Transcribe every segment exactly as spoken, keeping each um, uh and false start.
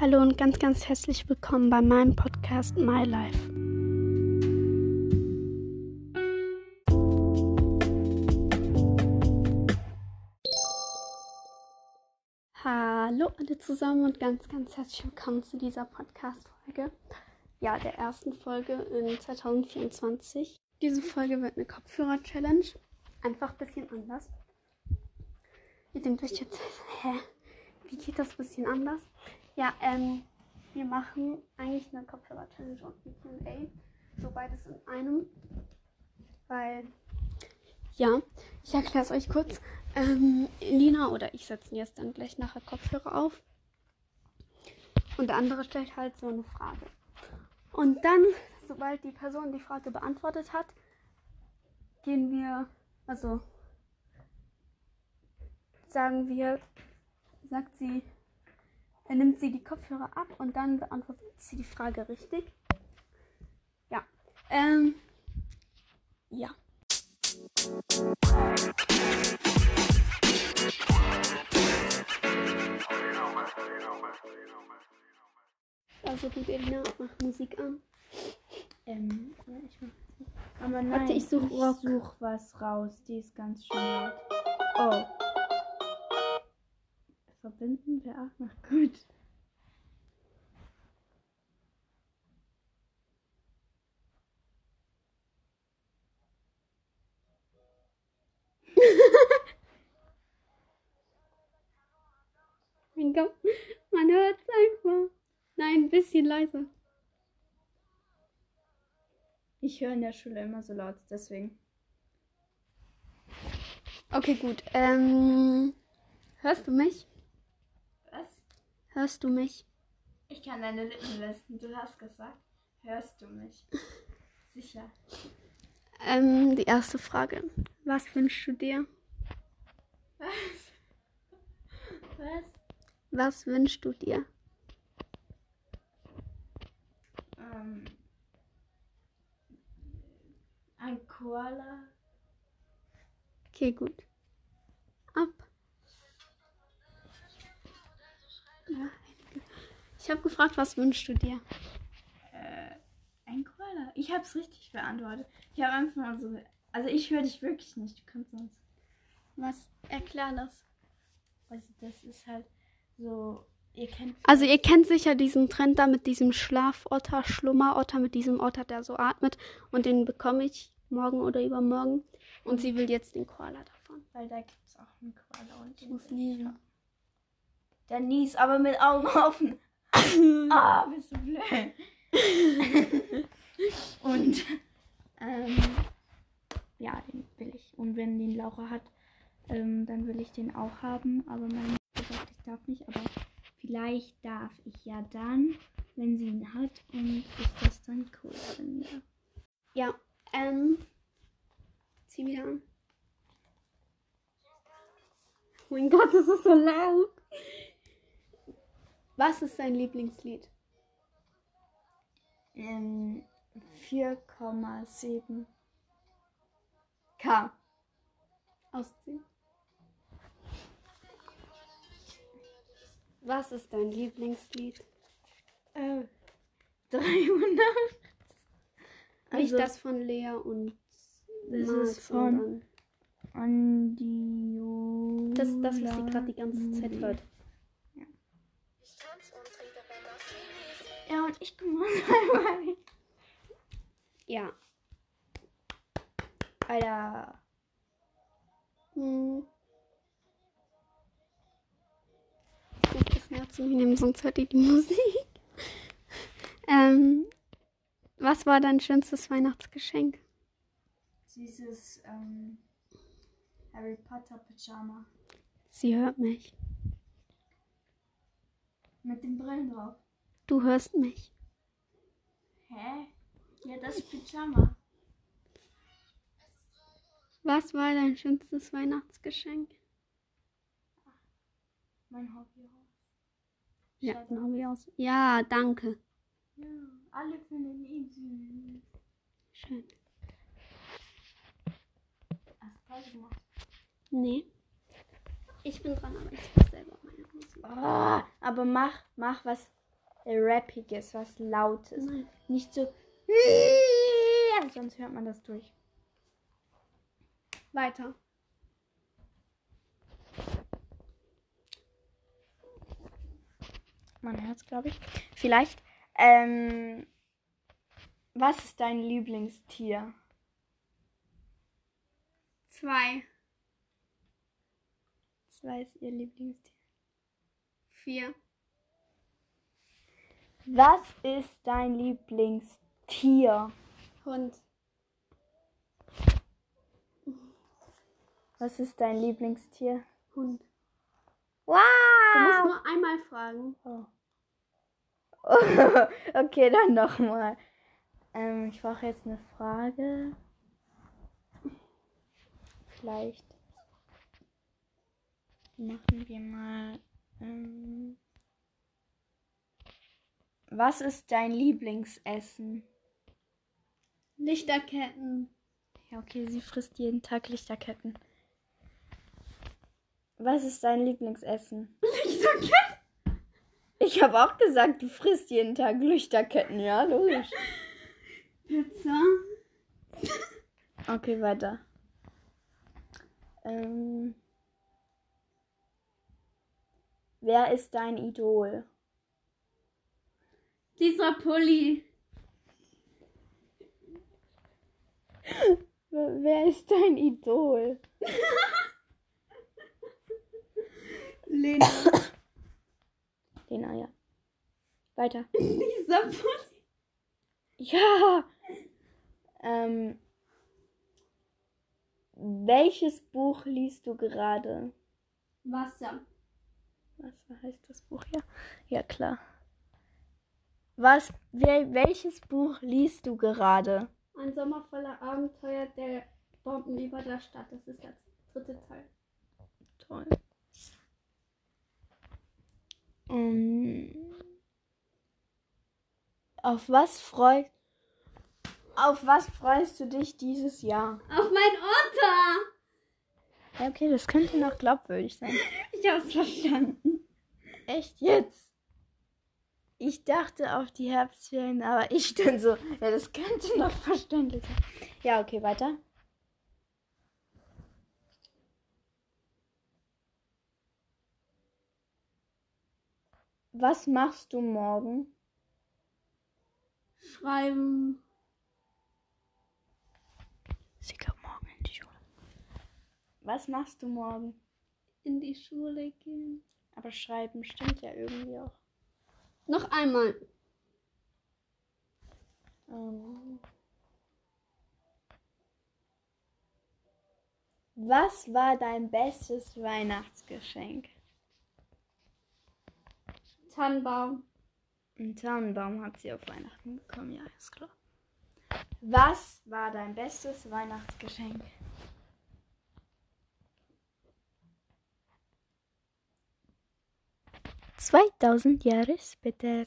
Hallo und ganz, ganz herzlich willkommen bei meinem Podcast My Life. Hallo alle zusammen und ganz, ganz herzlich willkommen zu dieser Podcast-Folge. Ja, der ersten Folge in zwanzig vierundzwanzig. Diese Folge wird eine Kopfhörer-Challenge. Einfach ein bisschen anders. Ihr denkt euch jetzt, hä, wie geht das ein bisschen anders? Ja, ähm, wir machen eigentlich eine Kopfhörer-Challenge und ein Q und A. So beides in einem. Weil, ja, ich erkläre es euch kurz. Ähm, Lina oder ich setzen jetzt dann gleich nachher Kopfhörer auf. Und der andere stellt halt so eine Frage. Und dann, sobald die Person die Frage beantwortet hat, gehen wir, also sagen wir, sagt sie, er nimmt sie die Kopfhörer ab und dann beantwortet sie die Frage richtig. Ja, ähm, ja. Also gut, Elina, mach Musik an. Ähm, ja, ich mach Musik. Aber nein, Warte, ich such Rock. ich such was raus. Die ist ganz schön laut. Oh. Verbinden wäre auch noch gut. Mein Gott, man hört es einfach. Nein, ein bisschen leiser. Ich höre in der Schule immer so laut, deswegen. Okay, gut. Ähm, hörst du mich? Was? Hörst du mich? Ich kann deine Lippen lesen. Du hast gesagt, hörst du mich? Sicher. Ähm, die erste Frage. Was wünschst du dir? Was? Was? Was wünschst du dir? Ähm, ein Koala. Okay, gut. Ab. Ja, ich habe gefragt, was wünschst du dir? Äh, ein Koala. Ich hab's richtig beantwortet. Ich habe einfach mal so. Also ich höre dich wirklich nicht. Du kannst sonst. Was? Erklär das. Also das ist halt so. Ihr kennt. Also ihr kennt sicher diesen Trend da mit diesem Schlafotter, Schlummerotter, mit diesem Otter, der so atmet. Und den bekomme ich morgen oder übermorgen. Und sie will jetzt den Koala davon. Weil da gibt's auch einen Koala und Ich muss niesen. Der niest, aber mit Augen offen. Ah, bist du blöd. Und ähm, ja, den will ich. Und wenn den Laura hat, ähm, dann will ich den auch haben. Aber meine Mutter sagt, ich darf nicht. Aber vielleicht darf ich ja dann, wenn sie ihn hat und ich das dann cool finde. Ja, ähm, zieh wieder an. Oh mein Gott, das ist so laut. Was ist dein Lieblingslied? Ähm, vier Komma sieben K. Ausziehen. Was ist dein Lieblingslied? Äh, dreihundert. Nicht das von Lea und das Mars, ist von sondern Andi. das, das, was sie gerade die ganze Zeit hört. Ja. Ja, und ich komme mal. Ja. Alter. Hm. Ich muss das mehr zu mir nehmen, sonst hört ihr die Musik. ähm, was war dein schönstes Weihnachtsgeschenk? Dieses ähm, Harry Potter Pyjama. Sie hört mich. Mit den Brillen drauf. Du hörst mich. Hä? Ja, das Pyjama. Was war dein schönstes Weihnachtsgeschenk? Mein Hobbyhaus. Ja, ein Hobbyhaus. Ja, danke. Ja, alle finden ihn süß. Schön. Hast du Pause gemacht? Nee. Ich bin dran, aber ich muss selber meine Musik. Oh, aber mach, mach was Rappiges, was Lautes. Nein. Nicht so. Sonst hört man das durch. Weiter. Man hört es, glaube ich. Vielleicht. Ähm, was ist dein Lieblingstier? Zwei. Zwei ist ihr Lieblingstier. Vier. Was ist dein Lieblingstier? Hund. Was ist dein Lieblingstier? Hund. Wow! Du musst nur einmal fragen. Oh. Okay, dann nochmal. Ähm, ich brauche jetzt eine Frage. Vielleicht machen wir mal. Ähm, was ist dein Lieblingsessen? Lichterketten. Ja, okay, sie frisst jeden Tag Lichterketten. Was ist dein Lieblingsessen? Lichterketten? Ich habe auch gesagt, du frisst jeden Tag Lichterketten. Ja, logisch. Pizza. Okay, weiter. Ähm, wer ist dein Idol? Dieser Pulli. Wer ist dein Idol? Lena. Lena, ja. Weiter. Dieser Pulli. Ja. Ähm, welches Buch liest du gerade? Wasser. Was heißt das Buch? Ja, ja klar. Was? Wel, welches Buch liest du gerade? Ein Sommer voller Abenteuer der Bomben über der Stadt. Das ist der dritte Teil. Toll. Um, auf was freut Auf was freust du dich dieses Jahr? Auf mein Otter! Ja, okay, das könnte noch glaubwürdig sein. Ich hab's verstanden. Echt jetzt? Ich dachte auf die Herbstferien, aber ich dann so, ja, das könnte noch verständlich sein. Ja, okay, weiter. Was machst du morgen? Schreiben. Sie kommt morgen in die Schule. Was machst du morgen? In die Schule gehen. Aber schreiben stimmt ja irgendwie auch. Noch einmal. Ähm. Was war dein bestes Weihnachtsgeschenk? Tannenbaum. Ein Tannenbaum hat sie auf Weihnachten bekommen, ja, ist klar. Was war dein bestes Weihnachtsgeschenk? zweitausend Jahre später.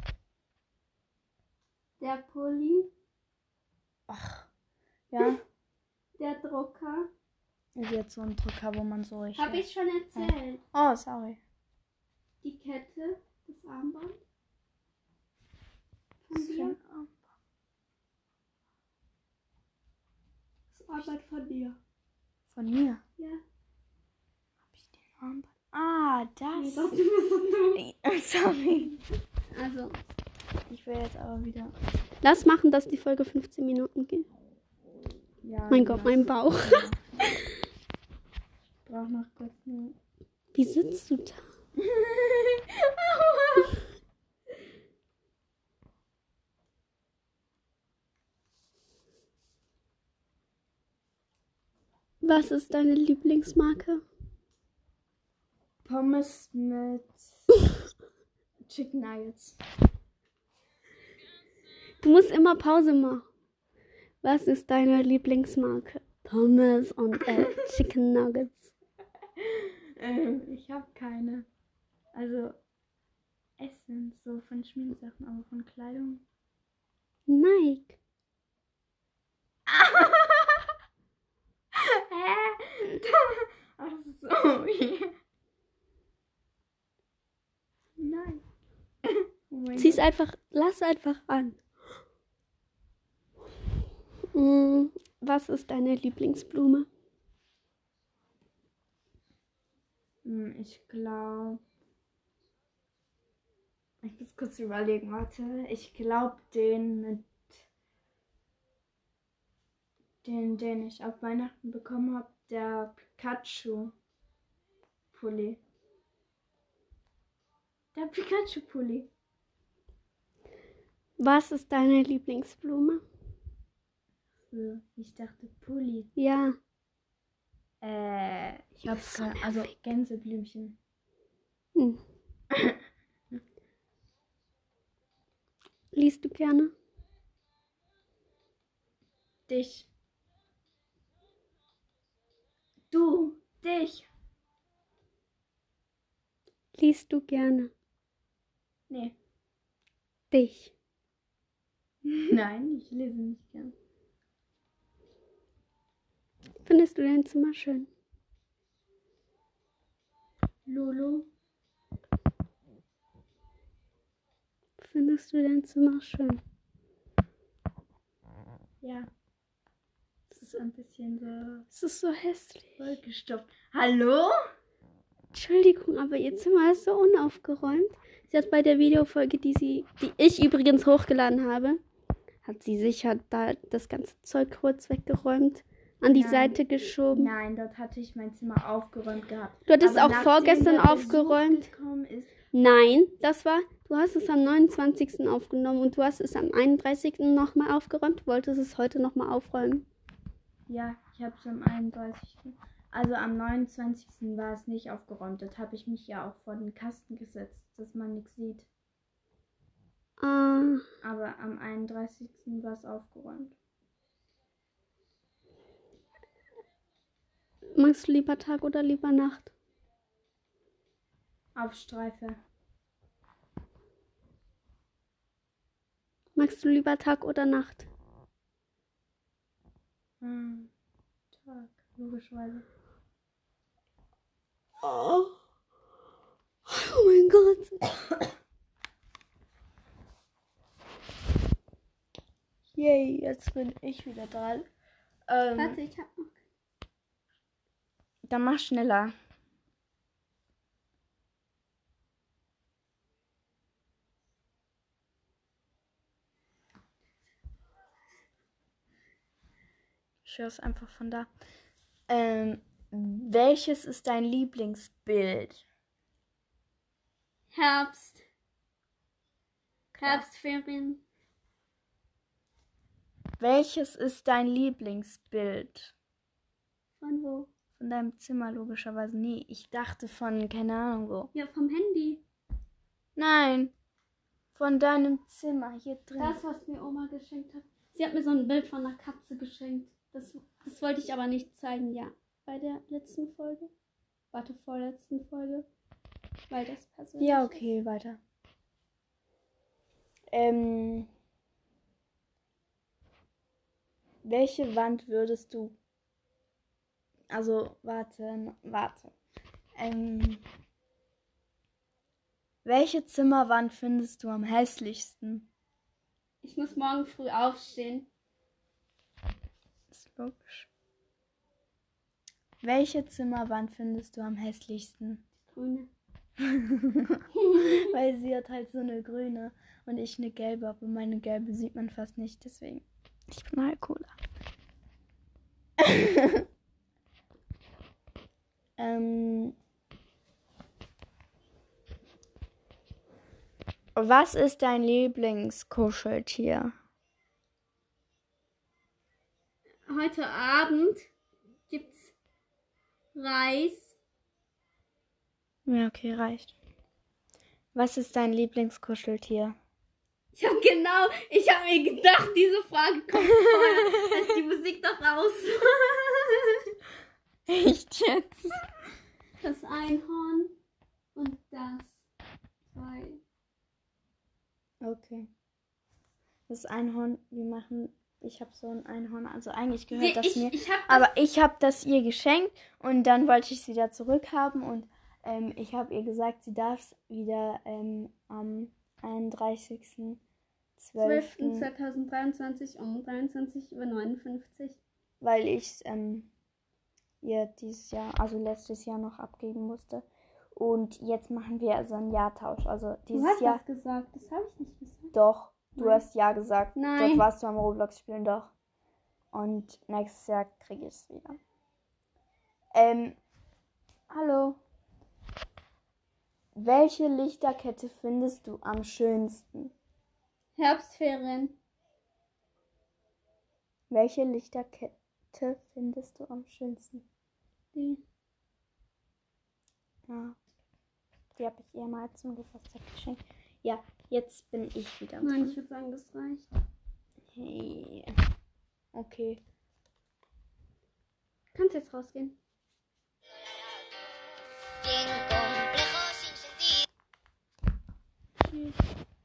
Der Pulli. Ach, ja. Der Drucker. Ist jetzt so ein Drucker, wo man so richtig... Hab ich schon erzählt. Oh, sorry. Die Kette. Das Armband. Von Was für dir. ein Arm- Das Arbeit von dir. Von mir? Ja. Hab ich den Armband? Ah, Ich das. dachte, du bist so dumm. Sorry. Also, Ich will jetzt aber wieder... lass machen, dass die Folge fünfzehn Minuten geht. Ja, Mein Gott, mein Bauch. Ich brauche noch kurz eine... Wie sitzt du da? Was ist deine Lieblingsmarke? Pommes mit Chicken Nuggets. Du musst immer Pause machen. Was ist deine Lieblingsmarke? Pommes und äh, Chicken Nuggets. ähm, ich habe keine. Also Essen, so von Schminksachen, aber von Kleidung. Nike. Hä? Ach so. Nein. Moment. Ziehst Lies einfach, lass einfach an. Hm, was ist deine Lieblingsblume? Hm, ich glaube... Ich muss kurz überlegen, warte. Ich glaube, den mit... Den, den ich auf Weihnachten bekommen habe, der Pikachu-Pulli. Der Pikachu-Pulli. Was ist deine Lieblingsblume? So, ich dachte Pulli. Ja. Äh, ich habe So keine, also Gänseblümchen. Hm. Liest du gerne? Dich. Du, dich. Liest du gerne? Nee. Dich. Nein, ich lese nicht gern. Findest du dein Zimmer schön? Lolo. Findest du dein Zimmer schön? Ja. Es ist ein bisschen so Es ist so hässlich. vollgestopft. Hallo? Entschuldigung, aber ihr Zimmer ist so unaufgeräumt. Sie hat bei der Videofolge, die sie, die ich übrigens hochgeladen habe, hat sie sicher da das ganze Zeug kurz weggeräumt, an die Nein. Seite geschoben. Nein, dort hatte ich mein Zimmer aufgeräumt gehabt. Du hattest Aber auch nachdem vorgestern der Besuch aufgeräumt. gekommen ist, Nein, das war, du hast es am neunundzwanzigsten aufgenommen und du hast es am einunddreißigsten nochmal aufgeräumt. Du wolltest es heute nochmal aufräumen. ja, ich habe es am einunddreißigsten Also am neunundzwanzigsten war es nicht aufgeräumt. Dort habe ich mich ja auch vor den Kasten gesetzt, dass man nichts sieht. Ah, Aber am einunddreißigsten war es aufgeräumt. magst du lieber Tag oder lieber Nacht? Auf Streife. Magst du lieber Tag oder Nacht? Hm. Tag, logischerweise. Oh, oh mein Gott. Yay, jetzt bin ich wieder dran. Ähm, Warte, ich hab noch. Dann mach schneller. Ich höre es einfach von da. Ähm, welches ist dein Lieblingsbild? Herbst. Herbstferien. Welches ist dein Lieblingsbild? Von wo? Von deinem Zimmer logischerweise. Nee, ich dachte von, keine Ahnung wo. Ja, vom Handy. Nein, von deinem Zimmer hier drin. Das, was mir Oma geschenkt hat. Sie hat mir so ein Bild von einer Katze geschenkt. Das, das wollte ich aber nicht zeigen, ja. Bei der letzten Folge. Warte, vorletzten Folge. Weil das persönlich Ja, okay, weiter. Ähm, welche Wand würdest du... Also, warte, warte. Ähm, welche Zimmerwand findest du am hässlichsten? ist. Ich muss morgen früh aufstehen. Ist logisch. Welche Zimmerwand findest du am hässlichsten? Grüne. Weil sie hat halt so eine grüne und ich eine gelbe, aber meine gelbe sieht man fast nicht, deswegen. Ich bin halt cooler. ähm, was ist dein Lieblingskuscheltier? Heute Abend gibt's Reis. Ja, okay, reicht. Was ist dein Lieblingskuscheltier? Ich habe genau, ich habe mir gedacht, diese Frage kommt vorher, als die Musik doch raus. Echt jetzt? Das Einhorn und das zwei. Okay. Das Einhorn, wir machen, ich habe so ein Einhorn, also eigentlich gehört Sie, das ich, mir. ich hab das, Aber ich habe das ihr geschenkt und dann wollte ich es wieder zurückhaben und ähm, ich habe ihr gesagt, sie darf es wieder ähm, am einunddreißigsten zwölften zwölften zweitausenddreiundzwanzig um dreiundzwanzig Uhr neunundfünfzig. Weil ich es ähm, ihr dieses Jahr, also letztes Jahr noch abgeben musste. Und jetzt machen wir so einen Jahrtausch. Also Du dieses hast Jahr. das gesagt, das habe ich nicht gesagt. Doch, du Nein. hast ja gesagt. Nein. Dort warst du am Roblox spielen, doch. Und nächstes Jahr kriege ich es wieder. Ähm, hallo. Welche Lichterkette findest du am schönsten? Herbstferien. Welche Lichterkette findest du am schönsten? Die. Ja. Die habe ich ihr mal zum Geburtstag geschenkt. Ja, jetzt bin ich wieder Nein, dran. ich würde sagen, das reicht. Hey. Okay. Kannst jetzt rausgehen. Bien complejo sin sentido. Tschüss.